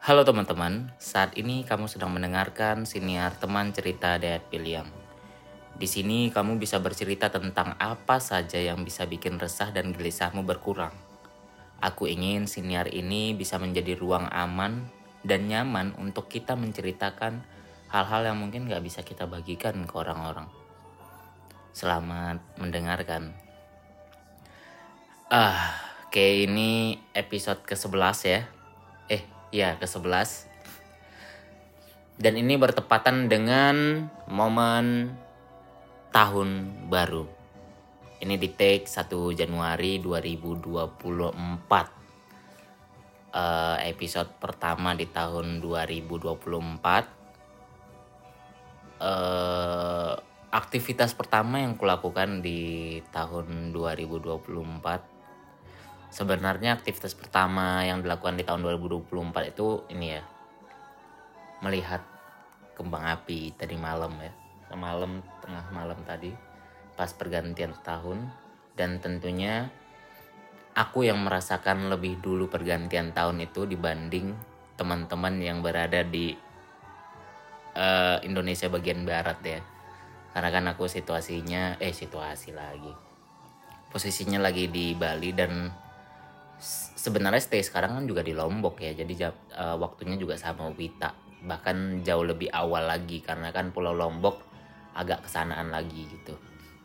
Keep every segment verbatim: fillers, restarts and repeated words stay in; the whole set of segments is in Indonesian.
Halo teman-teman, saat ini kamu sedang mendengarkan siniar teman cerita Dayat Piliang. Di sini kamu bisa bercerita tentang apa saja yang bisa bikin resah dan gelisahmu berkurang. Aku ingin siniar ini bisa menjadi ruang aman dan nyaman untuk kita menceritakan hal-hal yang mungkin gak bisa kita bagikan ke orang-orang. Selamat mendengarkan. Ah, kayak ini episode ke sebelas ya. Eh, ya ke sebelas. Dan ini bertepatan dengan momen tahun baru. Ini di take satu Januari dua ribu dua puluh empat. Uh, episode pertama di tahun dua ribu dua puluh empat. Uh, aktivitas pertama yang kulakukan di tahun dua ribu dua puluh empat. Sebenarnya aktivitas pertama yang dilakukan di tahun dua ribu dua puluh empat itu ini ya. Melihat kembang api tadi malam ya. Malam tengah malam tadi pas pergantian tahun, dan tentunya aku yang merasakan lebih dulu pergantian tahun itu dibanding teman-teman yang berada di uh, Indonesia bagian barat ya. Karena kan aku situasinya eh situasi lagi. Posisinya lagi di Bali dan sebenarnya stay sekarang kan juga di Lombok ya. Jadi uh, waktunya juga sama Wita. Bahkan jauh lebih awal lagi karena kan Pulau Lombok agak kesanaan lagi gitu.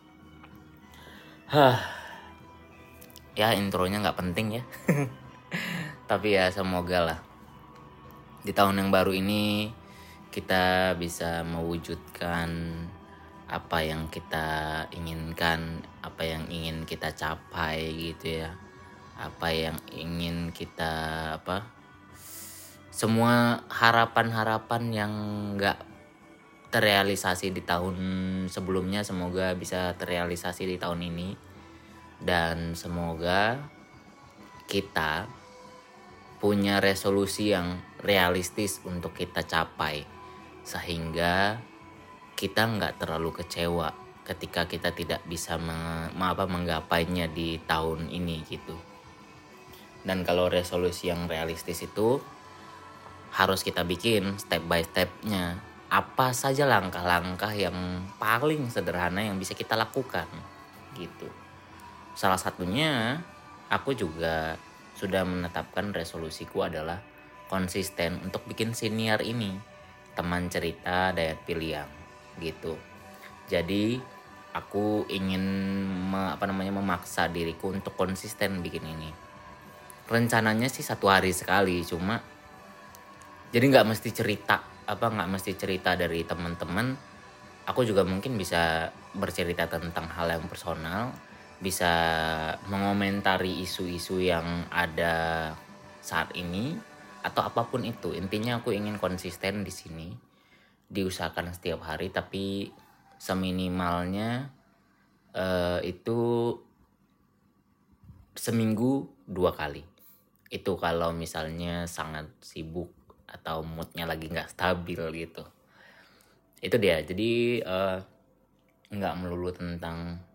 Hah, ya intronya nggak penting ya. Tapi ya semoga lah di tahun yang baru ini kita bisa mewujudkan apa yang kita inginkan, apa yang ingin kita capai gitu ya. Apa yang ingin kita apa? Semua harapan-harapan yang nggak terrealisasi di tahun sebelumnya semoga bisa terrealisasi di tahun ini, dan semoga kita punya resolusi yang realistis untuk kita capai sehingga kita nggak terlalu kecewa ketika kita tidak bisa meng- apa, menggapainya di tahun ini gitu. Dan kalau resolusi yang realistis itu harus kita bikin step by stepnya. Apa saja langkah-langkah yang paling sederhana yang bisa kita lakukan gitu. Salah satunya aku juga sudah menetapkan resolusiku adalah konsisten untuk bikin siniar ini, teman cerita Dayat Piliang gitu. Jadi aku ingin me, apa namanya memaksa diriku untuk konsisten bikin ini. Rencananya sih satu hari sekali, cuma jadi nggak mesti cerita apa nggak mesti cerita dari teman-teman. Aku juga mungkin bisa bercerita tentang hal yang personal, bisa mengomentari isu-isu yang ada saat ini atau apapun itu. Intinya aku ingin konsisten di sini, diusahakan setiap hari, tapi seminimalnya uh, itu seminggu dua kali. Itu kalau misalnya sangat sibuk atau moodnya lagi nggak stabil gitu. Itu dia. Jadi uh, nggak melulu tentang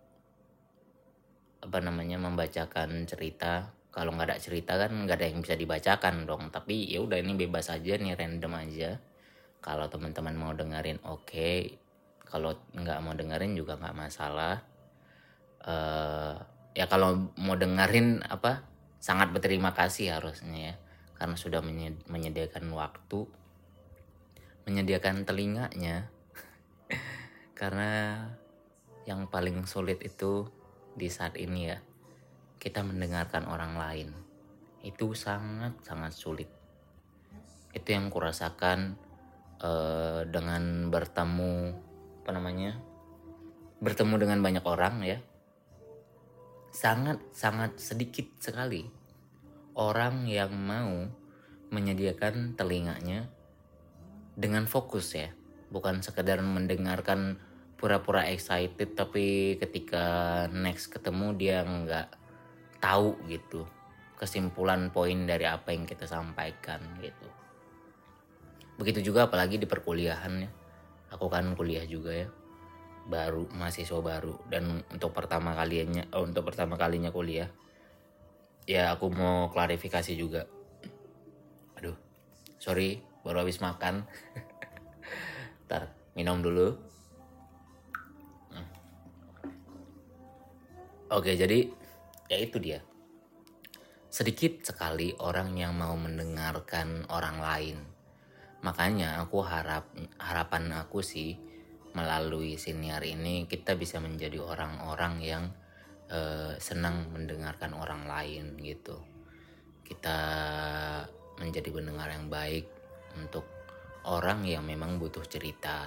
apa namanya membacakan cerita. Kalau nggak ada cerita kan nggak ada yang bisa dibacakan dong. Tapi ya udah, ini bebas aja nih, random aja. Kalau teman-teman mau dengerin oke, okay. Kalau nggak mau dengerin juga nggak masalah. Uh, ya kalau mau dengerin apa sangat berterima kasih harusnya ya, karena sudah menyediakan waktu, menyediakan telinganya. Karena yang paling sulit itu di saat ini ya, kita mendengarkan orang lain. Itu sangat-sangat sulit. Itu yang kurasakan uh, dengan bertemu apa namanya? Bertemu dengan banyak orang ya. Sangat-sangat sedikit sekali orang yang mau menyediakan telinganya dengan fokus ya, bukan sekedar mendengarkan pura-pura excited tapi ketika next ketemu dia nggak tahu gitu kesimpulan poin dari apa yang kita sampaikan gitu. Begitu juga apalagi di perkuliahan ya, aku kan kuliah juga ya, baru mahasiswa baru, dan untuk pertama kalinya oh, untuk pertama kalinya kuliah ya. Aku mau klarifikasi juga, aduh Sorry, baru habis makan. Ntar minum dulu. Oke, jadi ya itu dia. Sedikit sekali orang yang mau mendengarkan orang lain. Makanya aku harap harapan aku sih melalui siniar ini kita bisa menjadi orang-orang yang eh, senang mendengarkan orang lain gitu. Kita menjadi pendengar yang baik untuk orang yang memang butuh cerita.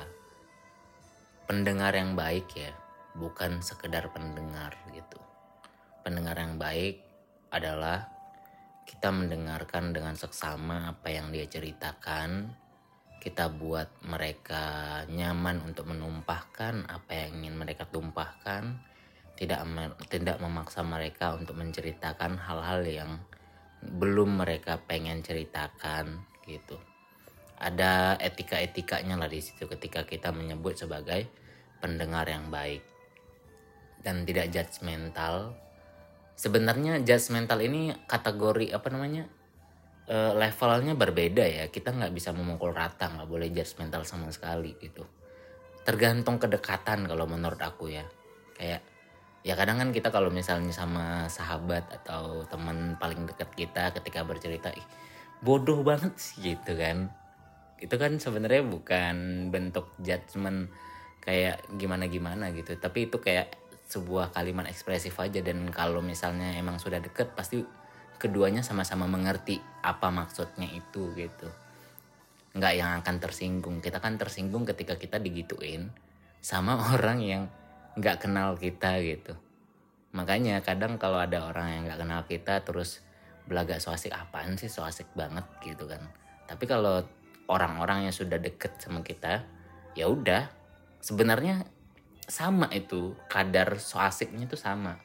Pendengar yang baik ya, bukan sekedar pendengar gitu. Pendengar yang baik adalah kita mendengarkan dengan seksama apa yang dia ceritakan. Kita buat mereka nyaman untuk menumpahkan apa yang ingin mereka tumpahkan. Tidak tidak memaksa mereka untuk menceritakan hal-hal yang belum mereka pengen ceritakan gitu. Ada etika-etikanya lah di situ ketika kita menyebut sebagai pendengar yang baik dan tidak judgmental. Sebenarnya judgmental ini kategori apa namanya e, levelnya berbeda ya. Kita nggak bisa memukul rata, nggak boleh judgmental sama sekali gitu. Tergantung kedekatan kalau menurut aku ya. Kayak ya kadang kan kita kalau misalnya sama sahabat atau teman paling dekat kita ketika bercerita, ih bodoh banget sih gitu kan. Itu kan sebenarnya bukan bentuk judgement kayak gimana-gimana gitu, tapi itu kayak sebuah kalimat ekspresif aja. Dan kalau misalnya emang sudah deket pasti keduanya sama-sama mengerti apa maksudnya itu gitu. Nggak yang akan tersinggung. Kita kan tersinggung ketika kita digituin sama orang yang nggak kenal kita gitu. Makanya kadang kalau ada orang yang nggak kenal kita terus belaga so asik, apaan sih so asik banget gitu kan. Tapi kalau orang-orang yang sudah deket sama kita, ya udah sebenarnya sama itu, kadar so asiknya itu sama.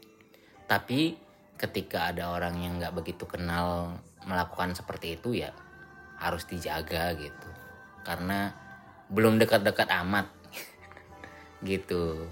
Tapi ketika ada orang yang nggak begitu kenal melakukan seperti itu ya harus dijaga gitu, karena belum dekat-dekat amat gitu.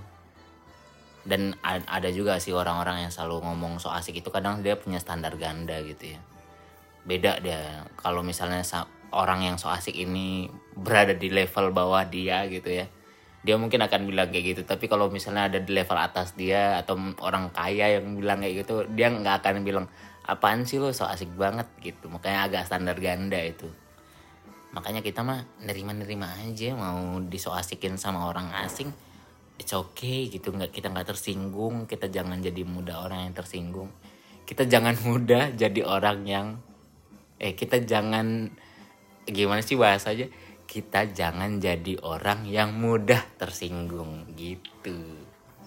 Dan ada juga sih orang-orang yang selalu ngomong so asik itu kadang dia punya standar ganda gitu ya. Beda dia kalau misalnya orang yang so asik ini berada di level bawah dia gitu ya, dia mungkin akan bilang kayak gitu. Tapi kalau misalnya ada di level atas dia atau orang kaya yang bilang kayak gitu, dia nggak akan bilang apaan sih lo so asik banget gitu. Makanya agak standar ganda itu. Makanya kita mah nerima-nerima aja, mau diso asikin sama orang asing it's okay gitu, nggak, kita nggak tersinggung. Kita jangan jadi mudah orang yang tersinggung. Kita jangan mudah jadi orang yang eh kita jangan gimana sih bahasanya, kita jangan jadi orang yang mudah tersinggung gitu.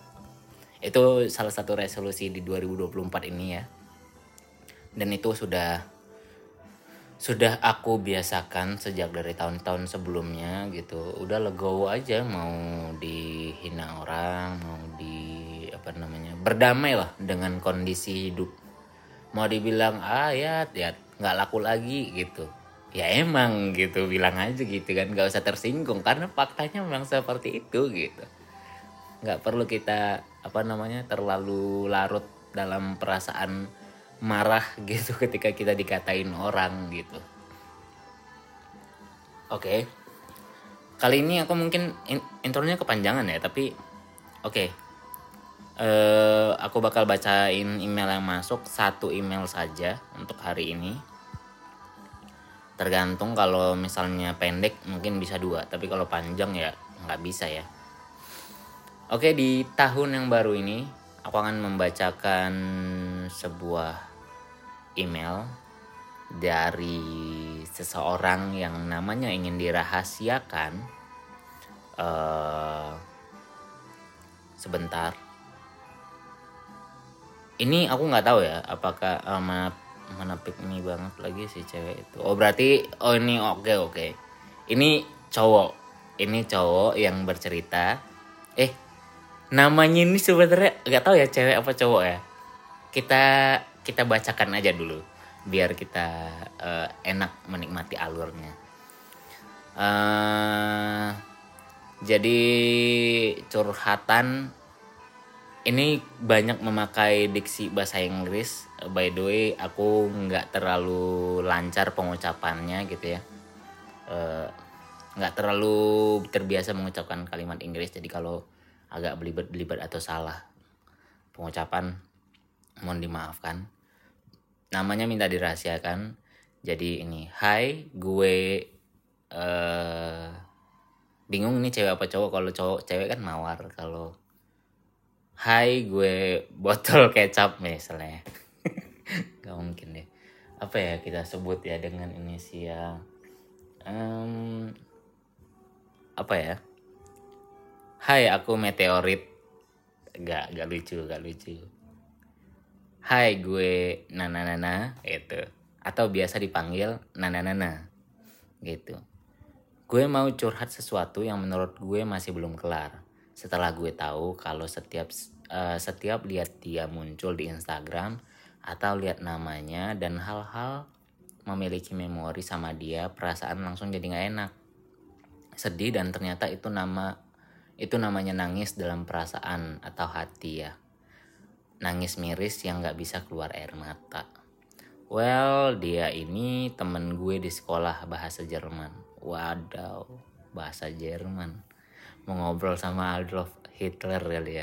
Itu salah satu resolusi di dua ribu dua puluh empat ini ya. Dan itu sudah sudah aku biasakan sejak dari tahun-tahun sebelumnya gitu. Udah legowo aja, mau dihina orang, mau di apa namanya, berdamai lah dengan kondisi hidup. Mau dibilang ah ya ya nggak laku lagi gitu, ya emang gitu, bilang aja gitu kan, nggak usah tersinggung karena faktanya memang seperti itu gitu. Nggak perlu kita apa namanya terlalu larut dalam perasaan marah gitu ketika kita dikatain orang gitu. Oke, kali ini aku mungkin in- intronya kepanjangan ya, tapi oke, uh, aku bakal bacain email yang masuk, satu email saja untuk hari ini. Tergantung, kalau misalnya pendek mungkin bisa dua, tapi kalau panjang ya nggak bisa ya. Oke, di tahun yang baru ini aku akan membacakan sebuah email dari seseorang yang namanya ingin dirahasiakan. Uh, sebentar. Ini aku nggak tahu ya, apakah uh, mana mana pick me banget lagi si cewek itu. Oh berarti, oh ini oke okay, oke. Okay. Ini cowok, ini cowok yang bercerita. Eh namanya ini sebenarnya nggak tahu ya cewek apa cowok ya. Kita kita bacakan aja dulu biar kita uh, enak menikmati alurnya. Uh, jadi curhatan ini banyak memakai diksi bahasa Inggris. By the way, aku nggak terlalu lancar pengucapannya gitu ya. Eh, nggak terlalu terbiasa mengucapkan kalimat Inggris. Jadi kalau agak belibet-belibet atau salah pengucapan, mohon dimaafkan. Namanya minta dirahasiakan. Jadi ini, hai, gue eh bingung nih cewek apa cowok. Kalau cowok, cewek kan mawar. Kalau hai, gue botol kecap misalnya. Gak mungkin deh. Apa ya kita sebut ya dengan inisial? Um, apa ya? Hai, aku meteorit. Gak, gak lucu, gak lucu. Hai, gue Nana Nana, gitu. Atau biasa dipanggil Nana Nana, gitu. Gue mau curhat sesuatu yang menurut gue masih belum kelar. Setelah gue tahu kalau setiap uh, setiap lihat dia muncul di Instagram atau lihat namanya dan hal-hal memiliki memori sama dia, perasaan langsung jadi gak enak. Sedih dan ternyata itu nama itu namanya nangis dalam perasaan atau hati ya. Nangis miris yang gak bisa keluar air mata. Well, dia ini temen gue di sekolah bahasa Jerman. Wadaw, bahasa Jerman. Mau ngobrol sama Adolf Hitler kali ya.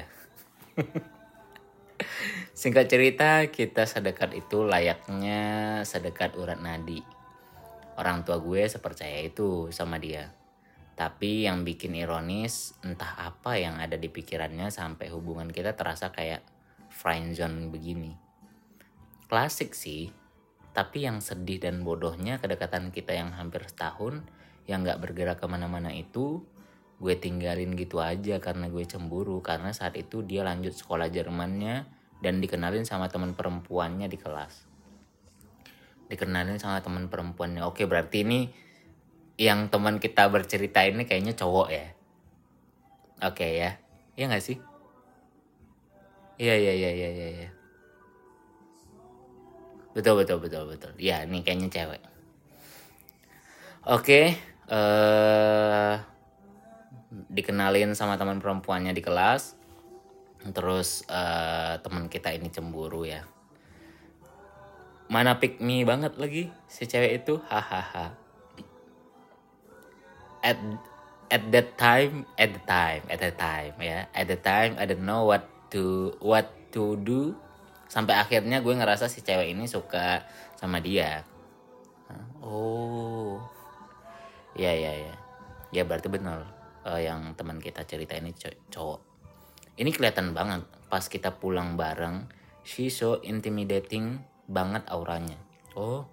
Singkat cerita, kita sedekat itu layaknya sedekat urat nadi. Orang tua gue sepercaya itu sama dia. Tapi yang bikin ironis, entah apa yang ada di pikirannya sampai hubungan kita terasa kayak friendzone begini. Klasik sih, tapi yang sedih dan bodohnya kedekatan kita yang hampir setahun, yang gak bergerak kemana-mana itu, gue tinggalin gitu aja karena gue cemburu. Karena saat itu dia lanjut sekolah Jermannya dan dikenalin sama teman perempuannya di kelas. Dikenalin sama teman perempuannya. Oke, berarti ini yang teman kita bercerita ini kayaknya cowok ya. Oke ya. Iya gak sih? Iya, iya, iya, iya, iya. Ya. Betul, betul, betul, betul. Ya, ini kayaknya cewek. Oke. Eh, dikenalin sama teman perempuannya di kelas. Terus eh, teman kita ini cemburu ya. Mana pick me banget lagi si cewek itu. Hahaha. At at that time, at the time, at the time ya. At the time I don't know what to what to do. Sampai akhirnya gue ngerasa si cewek ini suka sama dia. Oh. Ya, ya, ya. Ya berarti benar uh, yang teman kita cerita ini cowok. Ini kelihatan banget pas kita pulang bareng. She so intimidating banget auranya. Oh.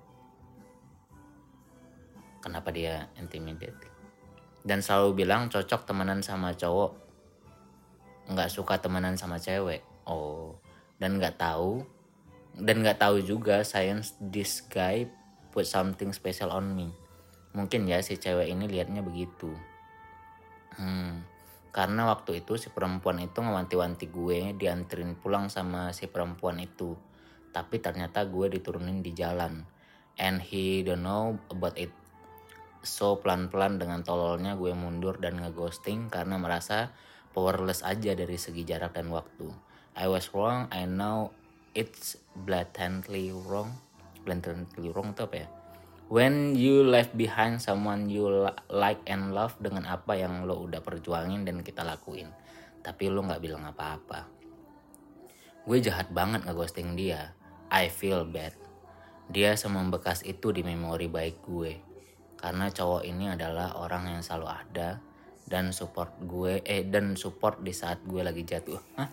Kenapa dia intimidating? Dan selalu bilang cocok temenan sama cowok. Nggak suka temenan sama cewek. Oh. Dan nggak tahu. Dan nggak tahu juga science this guy put something special on me. Mungkin ya si cewek ini liatnya begitu. Hmm, karena waktu itu si perempuan itu ngewanti-wanti gue dianterin pulang sama si perempuan itu. Tapi ternyata gue diturunin di jalan. And he don't know about it. So pelan-pelan dengan tololnya gue mundur dan ngeghosting karena merasa powerless aja dari segi jarak dan waktu. I was wrong, I know it's blatantly wrong. Blatantly wrong itu apa ya? When you left behind someone you like and love dengan apa yang lo udah perjuangin dan kita lakuin. Tapi lo gak bilang apa-apa. Gue jahat banget ngeghosting dia. I feel bad. Dia semembekas itu di memori baik gue. Karena cowok ini adalah orang yang selalu ada dan support gue eh dan support di saat gue lagi jatuh. Hah?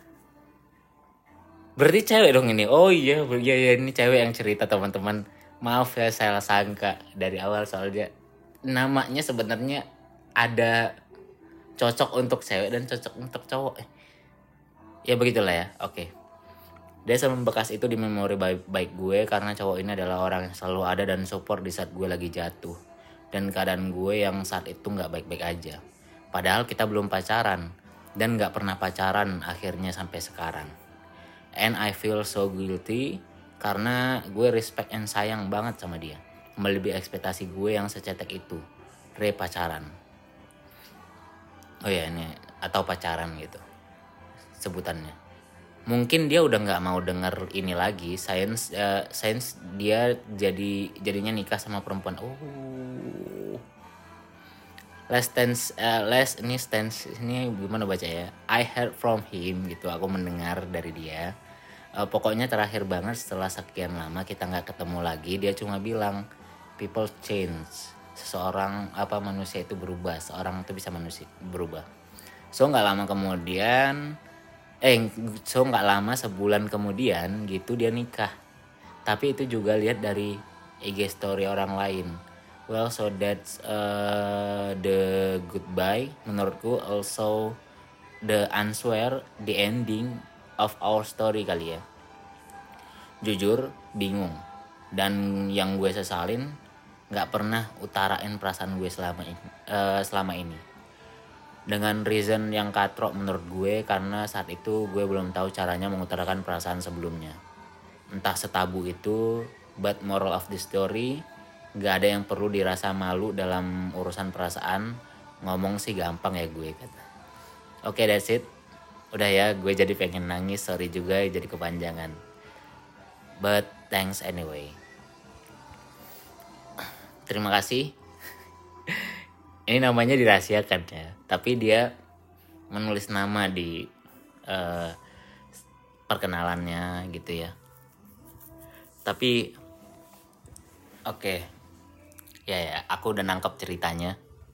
Berarti cewek dong ini. Oh iya, iya, iya ini cewek yang cerita teman-teman. Maaf ya saya sangka dari awal soalnya namanya sebenarnya ada cocok untuk cewek dan cocok untuk cowok. Ya begitulah ya. Oke. Dia membekas itu di memori baik, baik gue karena cowok ini adalah orang yang selalu ada dan support di saat gue lagi jatuh. Dan keadaan gue yang saat itu gak baik-baik aja. Padahal kita belum pacaran dan gak pernah pacaran akhirnya sampai sekarang. And I feel so guilty karena gue respect and sayang banget sama dia. Melebihi ekspektasi gue yang secetek itu. Re pacaran. Oh ya ini atau pacaran gitu. sebutannya. Mungkin dia udah nggak mau denger ini lagi, sains uh, sains dia jadi jadinya nikah sama perempuan. Oh, last tense uh, last ini tense ini gimana baca ya? I heard from him gitu. Aku mendengar dari dia. Uh, pokoknya terakhir banget setelah sekian lama kita nggak ketemu lagi, dia cuma bilang people change. Seseorang apa manusia itu berubah, seorang itu bisa manusia berubah. So nggak lama kemudian, eh so nggak lama sebulan kemudian gitu dia nikah. Tapi itu juga lihat dari I G story orang lain. Well, so that's uh, the goodbye. Menurutku also the answer, the ending of our story kali ya. Jujur bingung. Dan yang gue sesalin, nggak pernah utarain perasaan gue selama ini. Uh, selama ini. Dengan reason yang katrok menurut gue, karena saat itu gue belum tahu caranya mengutarakan perasaan sebelumnya. Entah setabu itu, but moral of the story, gak ada yang perlu dirasa malu dalam urusan perasaan. Ngomong sih gampang ya gue kata. Oke, okay, that's it. Udah ya, gue jadi pengen nangis, sorry juga jadi kepanjangan. But thanks anyway. Terima kasih. Ini namanya dirahasiakan ya, tapi dia menulis nama di uh, perkenalannya gitu ya. Tapi oke, okay. ya ya, aku udah nangkep ceritanya.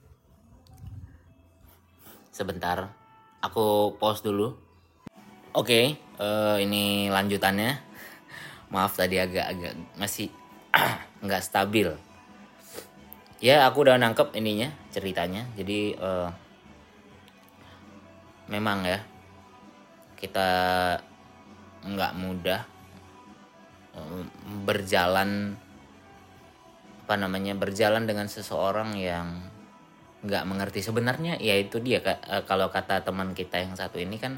Sebentar, aku pause dulu. Oke, okay, uh, ini lanjutannya. Maaf tadi agak-agak masih nggak stabil. Ya, aku udah nangkep ininya ceritanya. Jadi uh, memang ya kita nggak mudah berjalan apa namanya berjalan dengan seseorang yang nggak mengerti sebenarnya. Ya itu dia, kalau kata teman kita yang satu ini kan,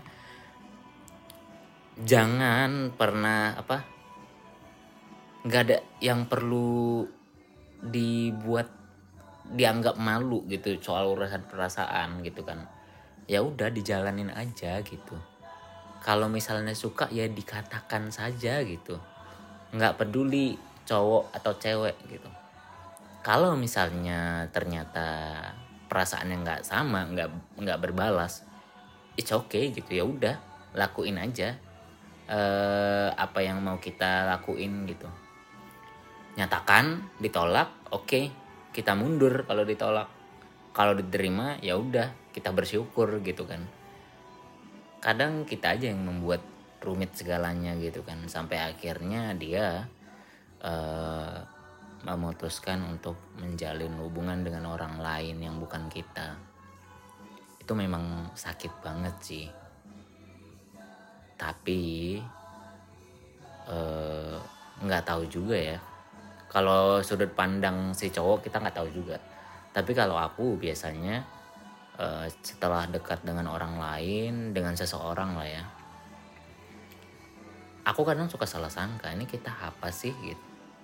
jangan pernah apa nggak ada yang perlu dibuat dianggap malu gitu soal urusan perasaan gitu kan. Ya udah dijalanin aja gitu. Kalau misalnya suka ya dikatakan saja gitu. Nggak peduli cowok atau cewek gitu. Kalau misalnya ternyata perasaannya nggak sama, nggak nggak berbalas, it's okay gitu, ya udah lakuin aja eh, apa yang mau kita lakuin gitu. Nyatakan, ditolak, oke, okay, kita mundur kalau ditolak. Kalau diterima ya udah kita bersyukur gitu kan. Kadang kita aja yang membuat rumit segalanya gitu kan, sampai akhirnya dia uh, memutuskan untuk menjalin hubungan dengan orang lain yang bukan kita. Itu memang sakit banget sih. Tapi uh, nggak tahu juga ya. Kalau sudut pandang si cowok kita nggak tahu juga. Tapi kalau aku biasanya uh, setelah dekat dengan orang lain, dengan seseorang lah ya, aku kadang suka salah sangka, ini kita apa sih gitu.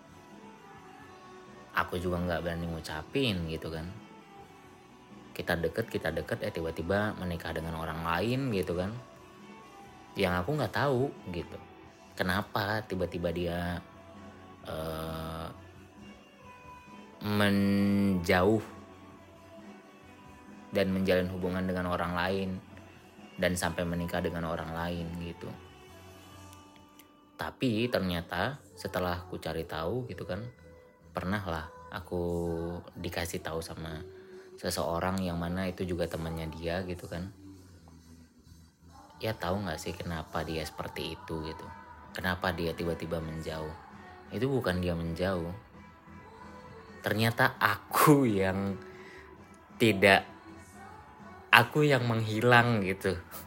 Aku juga nggak berani ngucapin gitu kan. Kita deket, kita deket, eh tiba-tiba menikah dengan orang lain gitu kan. Yang aku nggak tahu gitu. Kenapa tiba-tiba dia uh, menjauh dan menjalin hubungan dengan orang lain dan sampai menikah dengan orang lain gitu. Tapi ternyata setelah aku cari tahu gitu kan, pernah lah aku dikasih tahu sama seseorang yang mana itu juga temannya dia gitu kan. Ya tahu nggak sih kenapa dia seperti itu gitu? Kenapa dia tiba-tiba menjauh? Itu bukan dia menjauh. Ternyata aku yang tidak, aku yang menghilang gitu.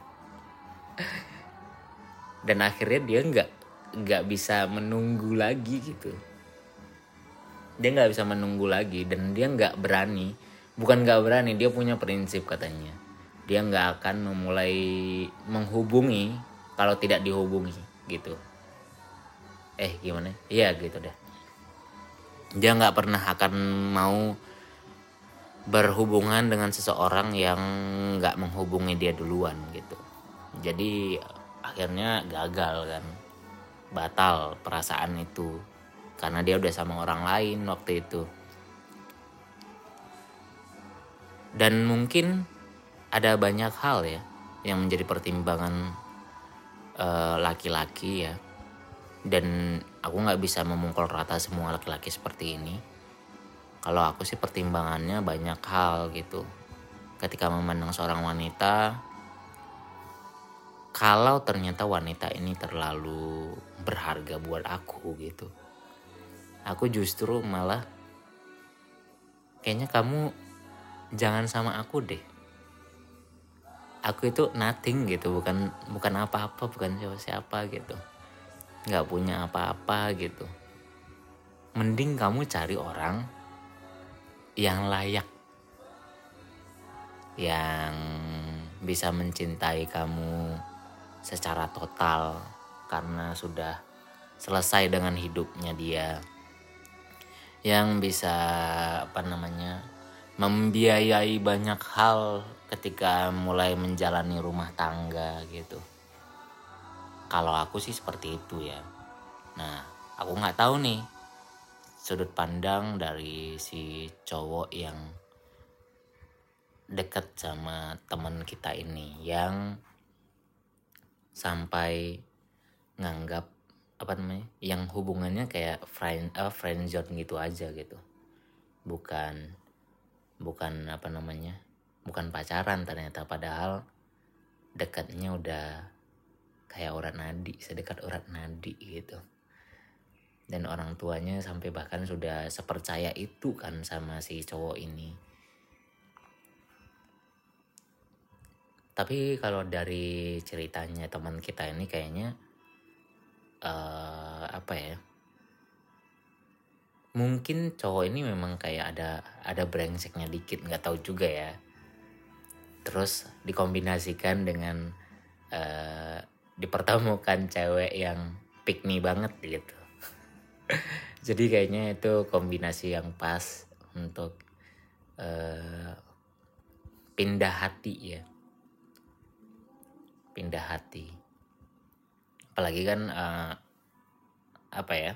Dan akhirnya dia nggak nggak bisa menunggu lagi gitu. Dia nggak bisa menunggu lagi dan dia nggak berani. Bukan nggak berani, dia punya prinsip katanya. Dia nggak akan memulai menghubungi kalau tidak dihubungi gitu. Eh gimana? Iya gitu deh. Dia nggak pernah akan mau berhubungan dengan seseorang yang nggak menghubungi dia duluan gitu. Jadi akhirnya gagal kan, batal perasaan itu karena dia udah sama orang lain waktu itu. Dan mungkin ada banyak hal ya yang menjadi pertimbangan uh, laki-laki ya. Dan aku nggak bisa memukul rata semua laki-laki seperti ini. Kalau aku sih pertimbangannya banyak hal gitu. Ketika memandang seorang wanita, kalau ternyata wanita ini terlalu berharga buat aku gitu, aku justru malah kayaknya kamu jangan sama aku deh. Aku itu nothing gitu, bukan bukan apa-apa, bukan siapa-siapa gitu, nggak punya apa-apa gitu. Mending kamu cari orang yang layak, yang bisa mencintai kamu secara total karena sudah selesai dengan hidupnya dia, yang bisa apa namanya membiayai banyak hal ketika mulai menjalani rumah tangga gitu. Kalau aku sih seperti itu ya. Nah, aku nggak tahu nih sudut pandang dari si cowok yang dekat sama teman kita ini, yang sampai nganggap apa namanya, yang hubungannya kayak friend uh, friend zone gitu aja gitu, bukan bukan apa namanya bukan pacaran ternyata, padahal dekatnya udah kayak urat nadi, sedekat urat nadi gitu. Dan orang tuanya sampai bahkan sudah sepercaya itu kan sama si cowok ini. Tapi kalau dari ceritanya teman kita ini kayaknya uh, apa ya, mungkin cowok ini memang kayak ada ada brengseknya dikit, nggak tahu juga ya. Terus dikombinasikan dengan uh, dipertemukan cewek yang pick me banget gitu. Jadi kayaknya itu kombinasi yang pas untuk uh, pindah hati ya. Pindah hati. Apalagi kan uh, apa ya,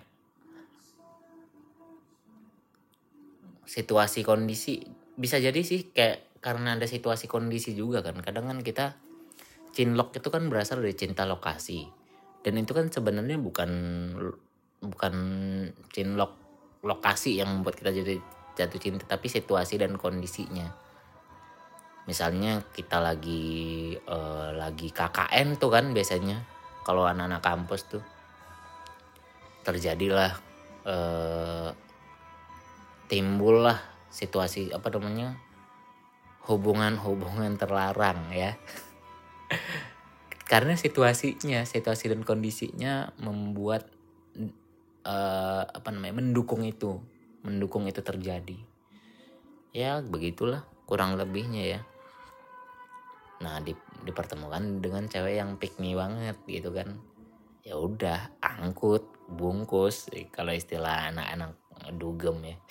situasi kondisi, bisa jadi sih kayak karena ada situasi kondisi juga kan. Kadang kan kita cinlok itu kan berasal dari cinta lokasi. Dan itu kan sebenarnya bukan bukan cinlok lokasi yang membuat kita jadi jatuh cinta, tapi situasi dan kondisinya. Misalnya kita lagi uh, lagi K K N tuh kan biasanya kalau anak-anak kampus tuh terjadilah uh, timbullah situasi apa namanya hubungan-hubungan terlarang ya. Karena situasinya, situasi dan kondisinya membuat uh, apa namanya mendukung itu, mendukung itu terjadi. Ya begitulah kurang lebihnya ya. Nah, di, dipertemukan dengan cewek yang pick me banget gitu kan. Ya udah, angkut, bungkus kalau istilah anak-anak dugem ya.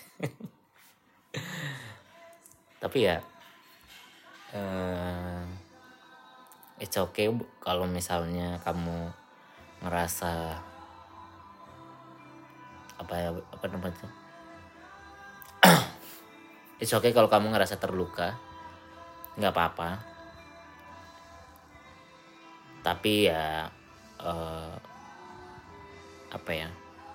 Tapi ya uh, it's okay kalau misalnya kamu ngerasa apa ya apa namanya it's okay kalau kamu ngerasa terluka, nggak apa-apa. Tapi ya uh, apa ya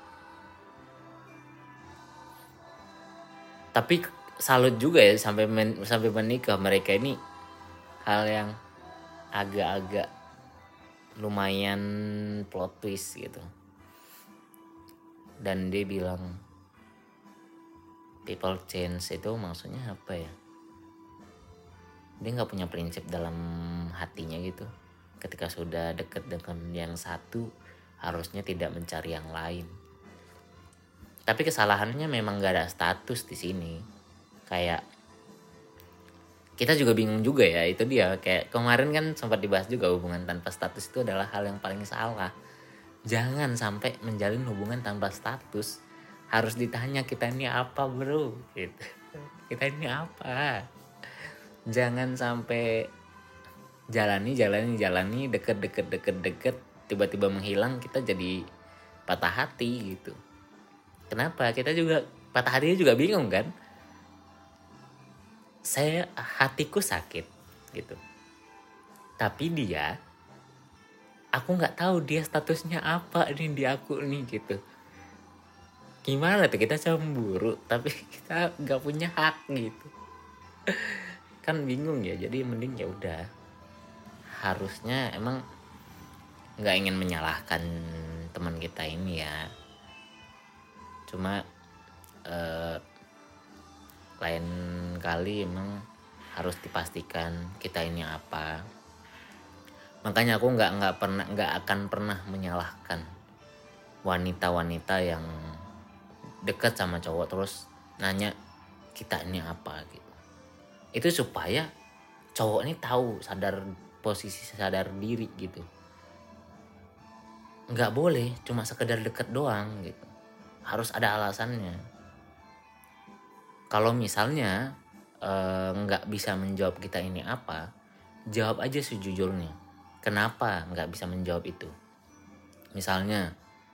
tapi salut juga ya sampai men, sampai menikah mereka ini, hal yang agak-agak lumayan plot twist gitu. Dan dia bilang people change itu maksudnya apa ya, dia nggak punya prinsip dalam hatinya gitu. Ketika sudah dekat dengan yang satu harusnya tidak mencari yang lain. Tapi kesalahannya memang gak ada status di sini. Kayak kita juga bingung juga ya, itu dia. Kayak kemarin kan sempat dibahas juga, hubungan tanpa status itu adalah hal yang paling salah. Jangan sampai menjalin hubungan tanpa status. Harus ditanya kita ini apa bro gitu. Kita ini apa. Jangan sampai jalani jalani jalani deket deket deket deket tiba-tiba menghilang, kita jadi patah hati gitu. Kenapa? Kita juga patah hatinya juga bingung kan. Saya hatiku sakit gitu, tapi dia, aku nggak tahu dia statusnya apa nih di aku nih gitu. Gimana tuh kita cemburu tapi kita nggak punya hak gitu. Kan bingung ya. Jadi mending ya udah. Harusnya emang nggak ingin menyalahkan teman kita ini ya. Cuma eh, lain kali emang harus dipastikan kita ini apa. Makanya aku nggak nggak pernah nggak akan pernah menyalahkan wanita-wanita yang dekat sama cowok terus nanya kita ini apa gitu. Itu supaya cowok ini tahu, sadar posisi, sadar diri gitu. Nggak boleh cuma sekedar deket doang gitu. Harus ada alasannya. Kalau misalnya eh, nggak bisa menjawab kita ini apa, jawab aja sejujurnya. Kenapa nggak bisa menjawab itu? Misalnya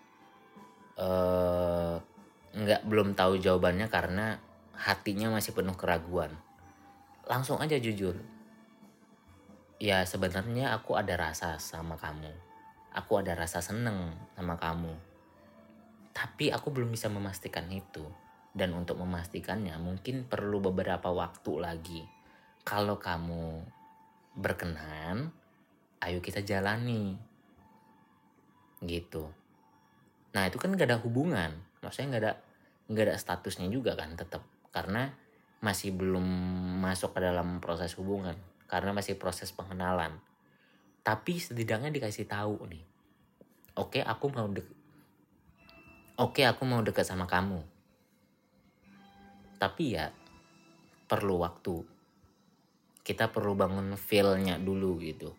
eh, nggak belum tahu jawabannya karena hatinya masih penuh keraguan. Langsung aja jujur. Ya sebenarnya aku ada rasa sama kamu. Aku ada rasa seneng sama kamu. Tapi aku belum bisa memastikan itu. Dan untuk memastikannya mungkin perlu beberapa waktu lagi. Kalau kamu berkenan, ayo kita jalani. Gitu. Nah itu kan gak ada hubungan. Maksudnya gak ada, gak ada statusnya juga kan tetap. Karena masih belum masuk ke dalam proses hubungan. Karena masih proses pengenalan. Tapi setidaknya dikasih tahu nih. Oke aku mau dek Oke aku mau dekat sama kamu. Tapi ya perlu waktu. Kita perlu bangun feel-nya dulu gitu.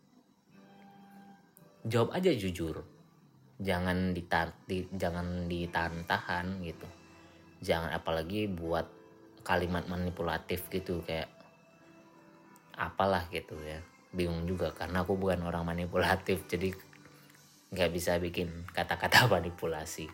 Jawab aja jujur. Jangan ditahan, di, jangan ditahan-tahan gitu. Jangan apalagi buat kalimat manipulatif gitu kayak apalah gitu ya. Bingung juga karena aku bukan orang manipulatif, jadi nggak bisa bikin kata-kata manipulasi.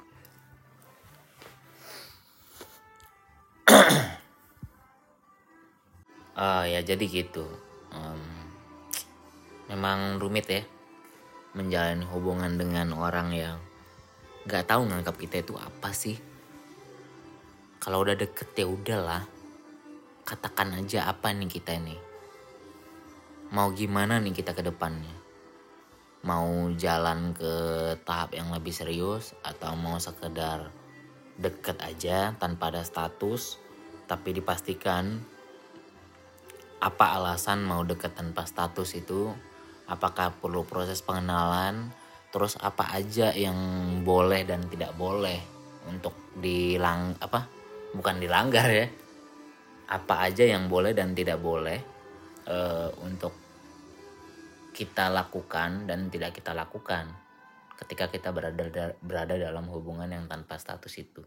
uh, ya jadi gitu. Um, memang rumit ya menjalani hubungan dengan orang yang nggak tahu nganggap kita itu apa sih. Kalau udah deket ya udahlah, katakan aja apa nih kita ini. Mau gimana nih kita ke depannya? Mau jalan ke tahap yang lebih serius atau mau sekedar deket aja tanpa ada status, tapi dipastikan apa alasan mau deket tanpa status itu, apakah perlu proses pengenalan, terus apa aja yang boleh dan tidak boleh untuk dilang apa bukan dilanggar ya, apa aja yang boleh dan tidak boleh uh, untuk kita lakukan dan tidak kita lakukan ketika kita berada berada dalam hubungan yang tanpa status itu.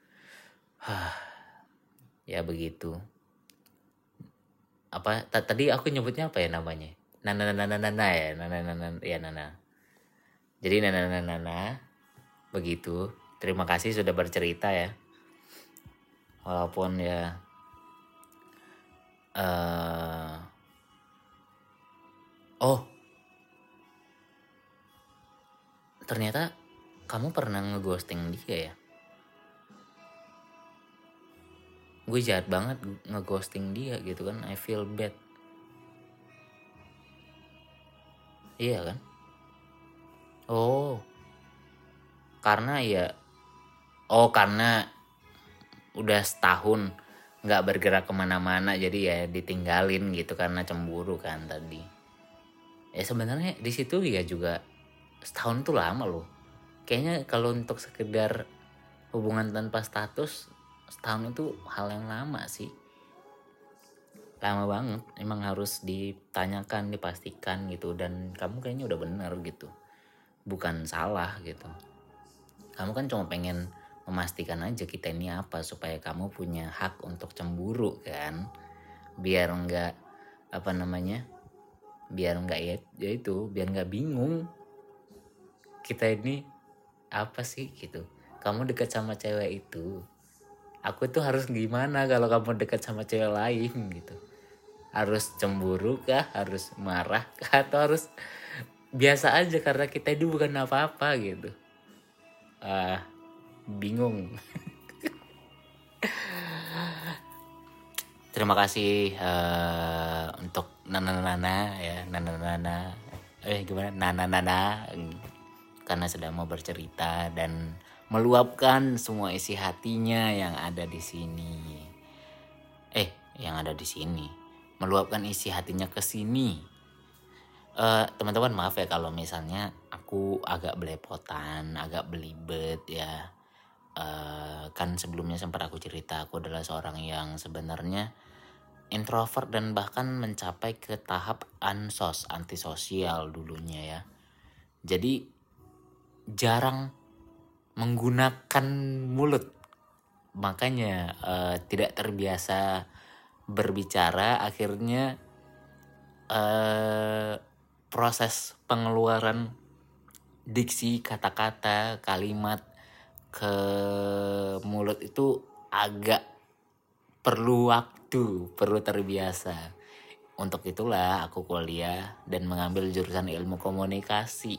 Ya begitu. Apa t- tadi aku nyebutnya apa ya namanya? Nana nana nana nana ya, nana nana ya nana. Jadi nana nana nana begitu. Terima kasih sudah bercerita ya. Walaupun ya uh, oh ternyata kamu pernah ngeghosting dia ya? Gue jahat banget ngeghosting dia gitu kan. I feel bad. Iya kan? Oh karena ya oh karena udah setahun nggak bergerak kemana-mana, jadi ya ditinggalin gitu karena cemburu kan tadi. Ya sebenarnya di situ ya juga setahun tuh lama loh. Kayaknya kalau untuk sekedar hubungan tanpa status setahun itu hal yang lama sih. Lama banget. Emang harus ditanyakan, dipastikan gitu. Dan kamu kayaknya udah benar gitu. Bukan salah gitu. Kamu kan cuma pengen memastikan aja kita ini apa supaya kamu punya hak untuk cemburu kan. Biar enggak apa namanya? biar nggak ya, ya itu biar nggak bingung kita ini apa sih gitu. Kamu dekat sama cewek itu, aku tuh harus gimana kalau kamu dekat sama cewek lain gitu. Harus cemburu kah, harus marah kah, atau harus biasa aja karena kita itu bukan apa-apa gitu. Ah, bingung. Terima kasih uh, untuk Nana-Nana ya, Nana-Nana. Eh gimana? Nana-Nana karena sudah mau bercerita dan meluapkan semua isi hatinya yang ada di sini. Eh, yang ada di sini. Meluapkan isi hatinya ke sini. Uh, teman-teman maaf ya kalau misalnya aku agak belepotan, agak belibet ya. Uh, kan sebelumnya sempat aku cerita aku adalah seorang yang sebenarnya introvert dan bahkan mencapai ke tahap ansos, antisosial dulunya ya. Jadi jarang menggunakan mulut, makanya uh, tidak terbiasa berbicara. Akhirnya uh, proses pengeluaran diksi, kata-kata, kalimat ke mulut itu agak perlu waktu, perlu terbiasa. Untuk itulah aku kuliah dan mengambil jurusan ilmu komunikasi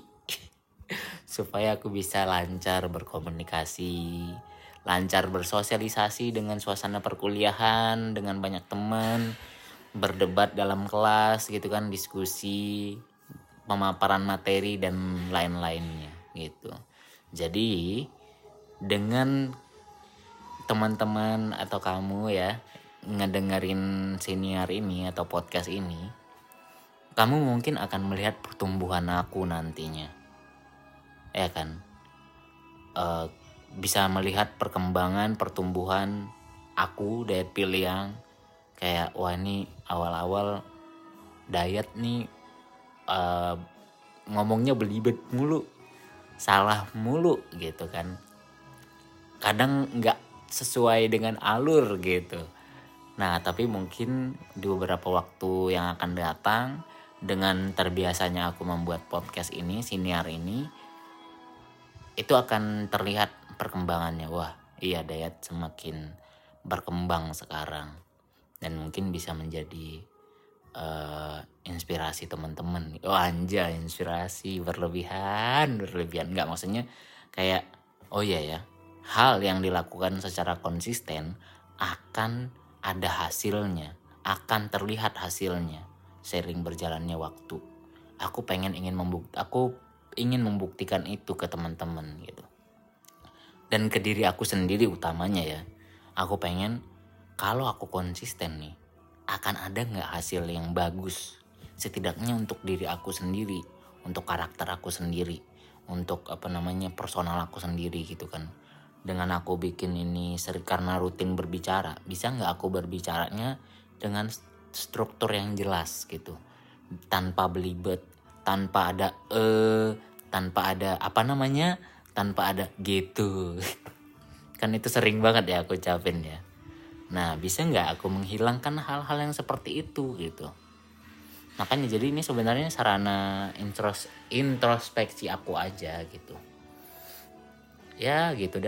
supaya aku bisa lancar berkomunikasi, lancar bersosialisasi dengan suasana perkuliahan, dengan banyak teman, berdebat dalam kelas gitu kan, diskusi, pemaparan materi dan lain-lainnya gitu. Jadi dengan teman-teman atau kamu ya ngedengerin siniar ini atau podcast ini, kamu mungkin akan melihat pertumbuhan aku nantinya, ya kan? Uh, bisa melihat perkembangan pertumbuhan aku Dayat Piliang. Kayak wah ini awal-awal Dayat nih uh, ngomongnya belibet mulu, salah mulu gitu kan, kadang nggak sesuai dengan alur gitu. Nah tapi mungkin di beberapa waktu yang akan datang, dengan terbiasanya aku membuat podcast ini, siniar ini, itu akan terlihat perkembangannya. Wah iya Dayat semakin berkembang sekarang, dan mungkin bisa menjadi uh, inspirasi teman-teman. Oh anjay, inspirasi berlebihan, berlebihan nggak, maksudnya kayak oh iya ya, hal yang dilakukan secara konsisten akan ada hasilnya, akan terlihat hasilnya seiring berjalannya waktu. Aku pengen ingin membukti, aku ingin membuktikan itu ke teman-teman gitu. Dan ke diri aku sendiri utamanya ya. Aku pengen kalau aku konsisten nih, akan ada nggak hasil yang bagus? Setidaknya untuk diri aku sendiri, untuk karakter aku sendiri, untuk apa namanya personal aku sendiri gitu kan. Dengan aku bikin ini sering karena rutin berbicara, bisa nggak aku berbicaranya dengan struktur yang jelas gitu, tanpa belibet, tanpa ada eh, tanpa ada apa namanya, tanpa ada gitu. Kan itu sering banget ya aku ucapin ya. Nah bisa nggak aku menghilangkan hal-hal yang seperti itu gitu. Makanya jadi ini sebenarnya sarana intros introspeksi aku aja gitu. Ya gitu dah.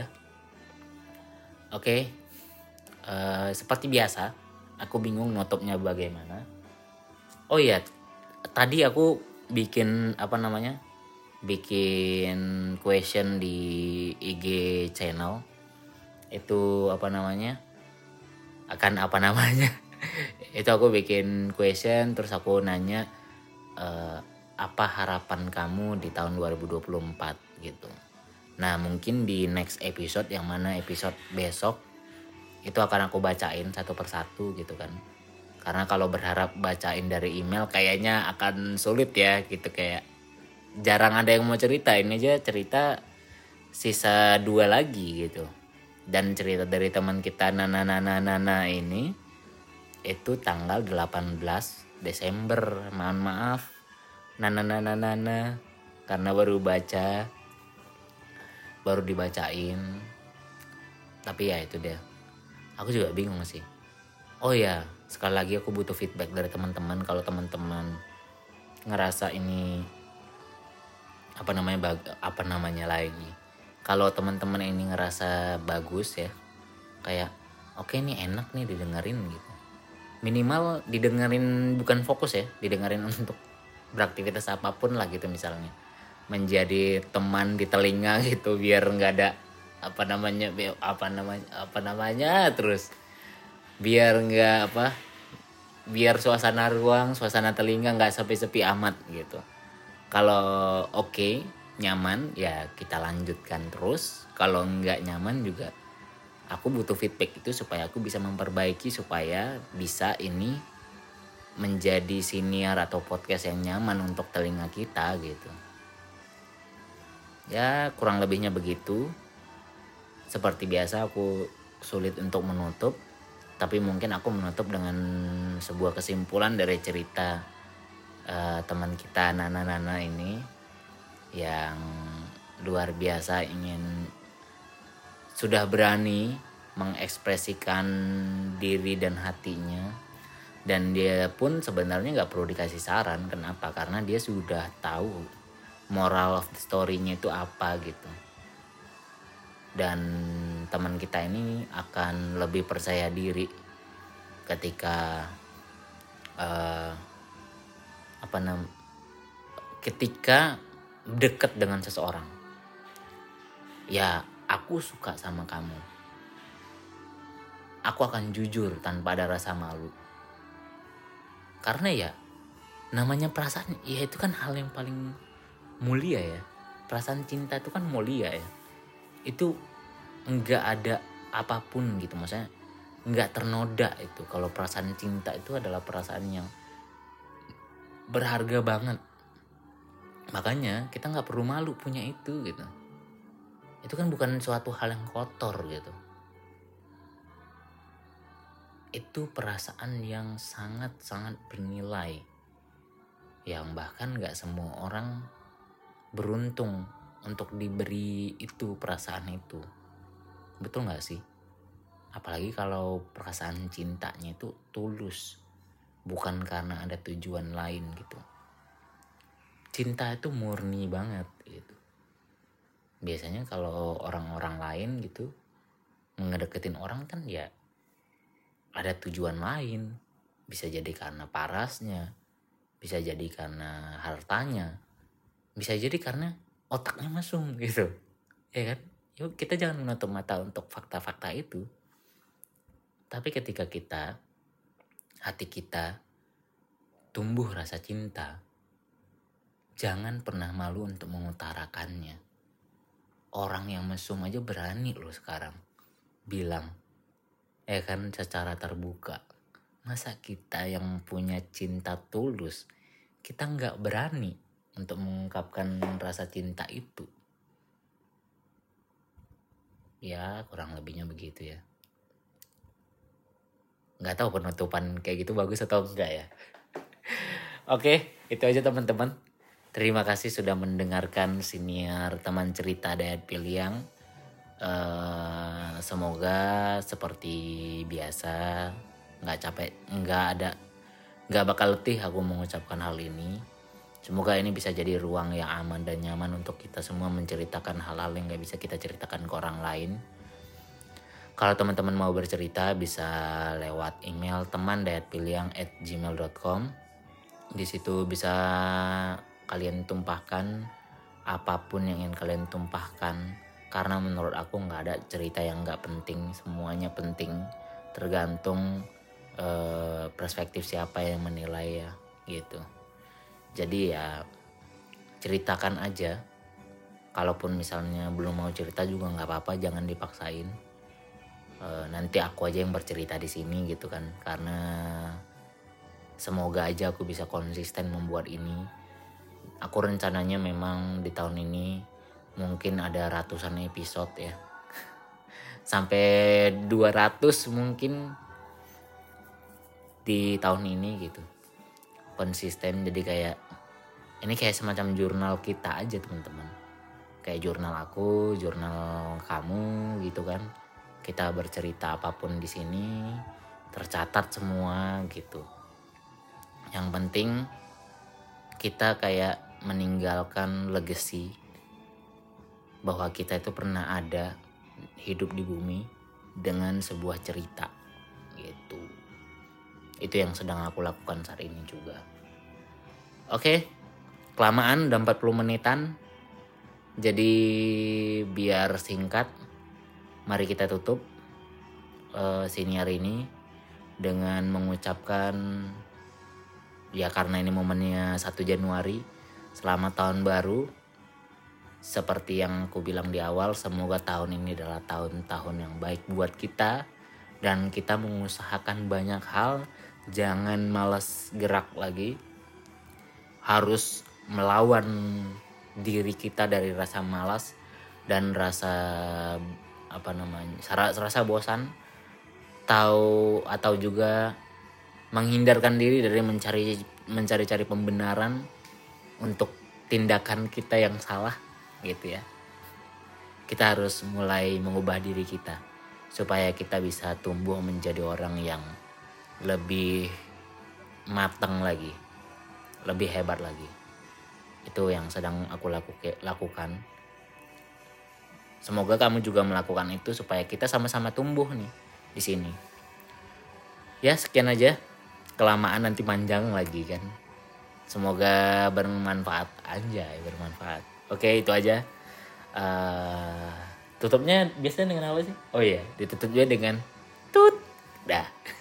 Oke, uh, seperti biasa, aku bingung nutupnya bagaimana. Oh iya, tadi aku bikin apa namanya, bikin question di I G channel. Itu apa namanya, akan apa namanya, itu aku bikin question, terus aku nanya uh, apa harapan kamu di tahun dua ribu dua puluh empat gitu. Nah mungkin di next episode, yang mana episode besok, itu akan aku bacain satu persatu gitu kan. Karena kalau berharap bacain dari email kayaknya akan sulit ya gitu, kayak jarang ada yang mau cerita. Ini aja cerita sisa dua lagi gitu. Dan cerita dari teman kita Nana Nana Nana ini itu tanggal delapan belas Desember. Mohon maaf Nana Nana Nana karena baru baca, baru dibacain. Tapi ya itu deh, aku juga bingung sih. Oh ya, sekali lagi aku butuh feedback dari teman-teman. Kalau teman-teman ngerasa ini apa namanya bag- apa namanya lagi. Kalau teman-teman ini ngerasa bagus ya, kayak oke okay, ini enak nih didengerin gitu. Minimal didengerin bukan fokus ya, didengerin untuk beraktivitas apapun lah gitu misalnya. Menjadi teman di telinga gitu biar nggak ada apa namanya apa namanya apa namanya terus biar nggak apa biar suasana ruang suasana telinga nggak sepi-sepi amat gitu. Kalau oke okay, nyaman ya kita lanjutkan terus. Kalau nggak nyaman juga aku butuh feedback itu supaya aku bisa memperbaiki supaya bisa ini menjadi siniar atau podcast yang nyaman untuk telinga kita gitu. Ya kurang lebihnya begitu. Seperti biasa aku sulit untuk menutup, tapi mungkin aku menutup dengan sebuah kesimpulan dari cerita uh, teman kita Nana-Nana ini yang luar biasa ingin sudah berani mengekspresikan diri dan hatinya, dan dia pun sebenarnya nggak perlu dikasih saran. Kenapa? Karena dia sudah tahu moral of the story-nya itu apa gitu. Dan teman kita ini akan lebih percaya diri ketika uh, apa nam ketika dekat dengan seseorang. Ya, aku suka sama kamu. Aku akan jujur tanpa ada rasa malu. Karena ya namanya perasaan, ya itu kan hal yang paling mulia ya. Perasaan cinta itu kan mulia ya. Itu enggak ada apapun gitu, maksudnya enggak ternoda itu. Kalau perasaan cinta itu adalah perasaan yang berharga banget. Makanya kita nggak perlu malu punya itu gitu. Itu kan bukan suatu hal yang kotor gitu. Itu perasaan yang sangat-sangat bernilai, yang bahkan nggak semua orang beruntung untuk diberi itu perasaan itu. Betul nggak sih? Apalagi kalau perasaan cintanya itu tulus, bukan karena ada tujuan lain gitu. Cinta itu murni banget gitu. Biasanya kalau orang-orang lain gitu ngedeketin orang kan ya ada tujuan lain. Bisa jadi karena parasnya, bisa jadi karena hartanya, bisa jadi karena otaknya mesum gitu. Ya kan? Yuk kita jangan menutup mata untuk fakta-fakta itu. Tapi ketika kita, hati kita tumbuh rasa cinta, jangan pernah malu untuk mengutarakannya. Orang yang mesum aja berani loh sekarang bilang, ya kan, secara terbuka. Masa kita yang punya cinta tulus, kita nggak berani untuk mengungkapkan rasa cinta itu? Ya kurang lebihnya begitu ya. Nggak tahu penutupan kayak gitu bagus atau enggak ya. Oke, itu aja teman-teman. Terima kasih sudah mendengarkan siniar teman cerita Dayat Piliang. Uh, semoga seperti biasa nggak capek, nggak ada, nggak bakal letih aku mengucapkan hal ini. Semoga ini bisa jadi ruang yang aman dan nyaman untuk kita semua menceritakan hal-hal yang nggak bisa kita ceritakan ke orang lain. Kalau teman-teman mau bercerita bisa lewat email teman dayat piliang at gmail dot com. Di situ bisa kalian tumpahkan apapun yang ingin kalian tumpahkan. Karena menurut aku nggak ada cerita yang nggak penting, semuanya penting. Tergantung eh, perspektif siapa yang menilai ya gitu. Jadi ya ceritakan aja. Kalaupun misalnya belum mau cerita juga nggak apa-apa, jangan dipaksain. E, nanti aku aja yang bercerita di sini gitu kan, karena semoga aja aku bisa konsisten membuat ini. Aku rencananya memang di tahun ini mungkin ada ratusan episode ya, sampai dua ratus mungkin di tahun ini gitu, konsisten. Jadi kayak ini kayak semacam jurnal kita aja teman-teman, kayak jurnal aku, jurnal kamu gitu kan. Kita bercerita apapun di sini tercatat semua gitu. Yang penting kita kayak meninggalkan legacy bahwa kita itu pernah ada hidup di bumi dengan sebuah cerita gitu. Itu yang sedang aku lakukan saat ini juga. Oke, kelamaan udah empat puluh menitan. Jadi biar singkat, mari kita tutup uh, siniar ini dengan mengucapkan, ya karena ini momennya satu Januari, selamat tahun baru. Seperti yang aku bilang di awal, semoga tahun ini adalah tahun-tahun yang baik buat kita. Dan kita mengusahakan banyak hal, jangan malas gerak lagi. Harus melawan diri kita dari rasa malas dan rasa apa namanya, rasa bosan, tahu atau juga menghindarkan diri dari mencari mencari-cari pembenaran untuk tindakan kita yang salah gitu ya. Kita harus mulai mengubah diri kita supaya kita bisa tumbuh menjadi orang yang lebih matang lagi, lebih hebat lagi. Itu yang sedang aku laku- lakukan. Semoga kamu juga melakukan itu supaya kita sama-sama tumbuh nih di sini. Ya sekian aja. Kelamaan nanti panjang lagi kan. Semoga bermanfaat aja, bermanfaat. Oke, itu aja. Uh, tutupnya biasanya dengan apa sih? Oh iya, ditutupnya dengan tut. Dah.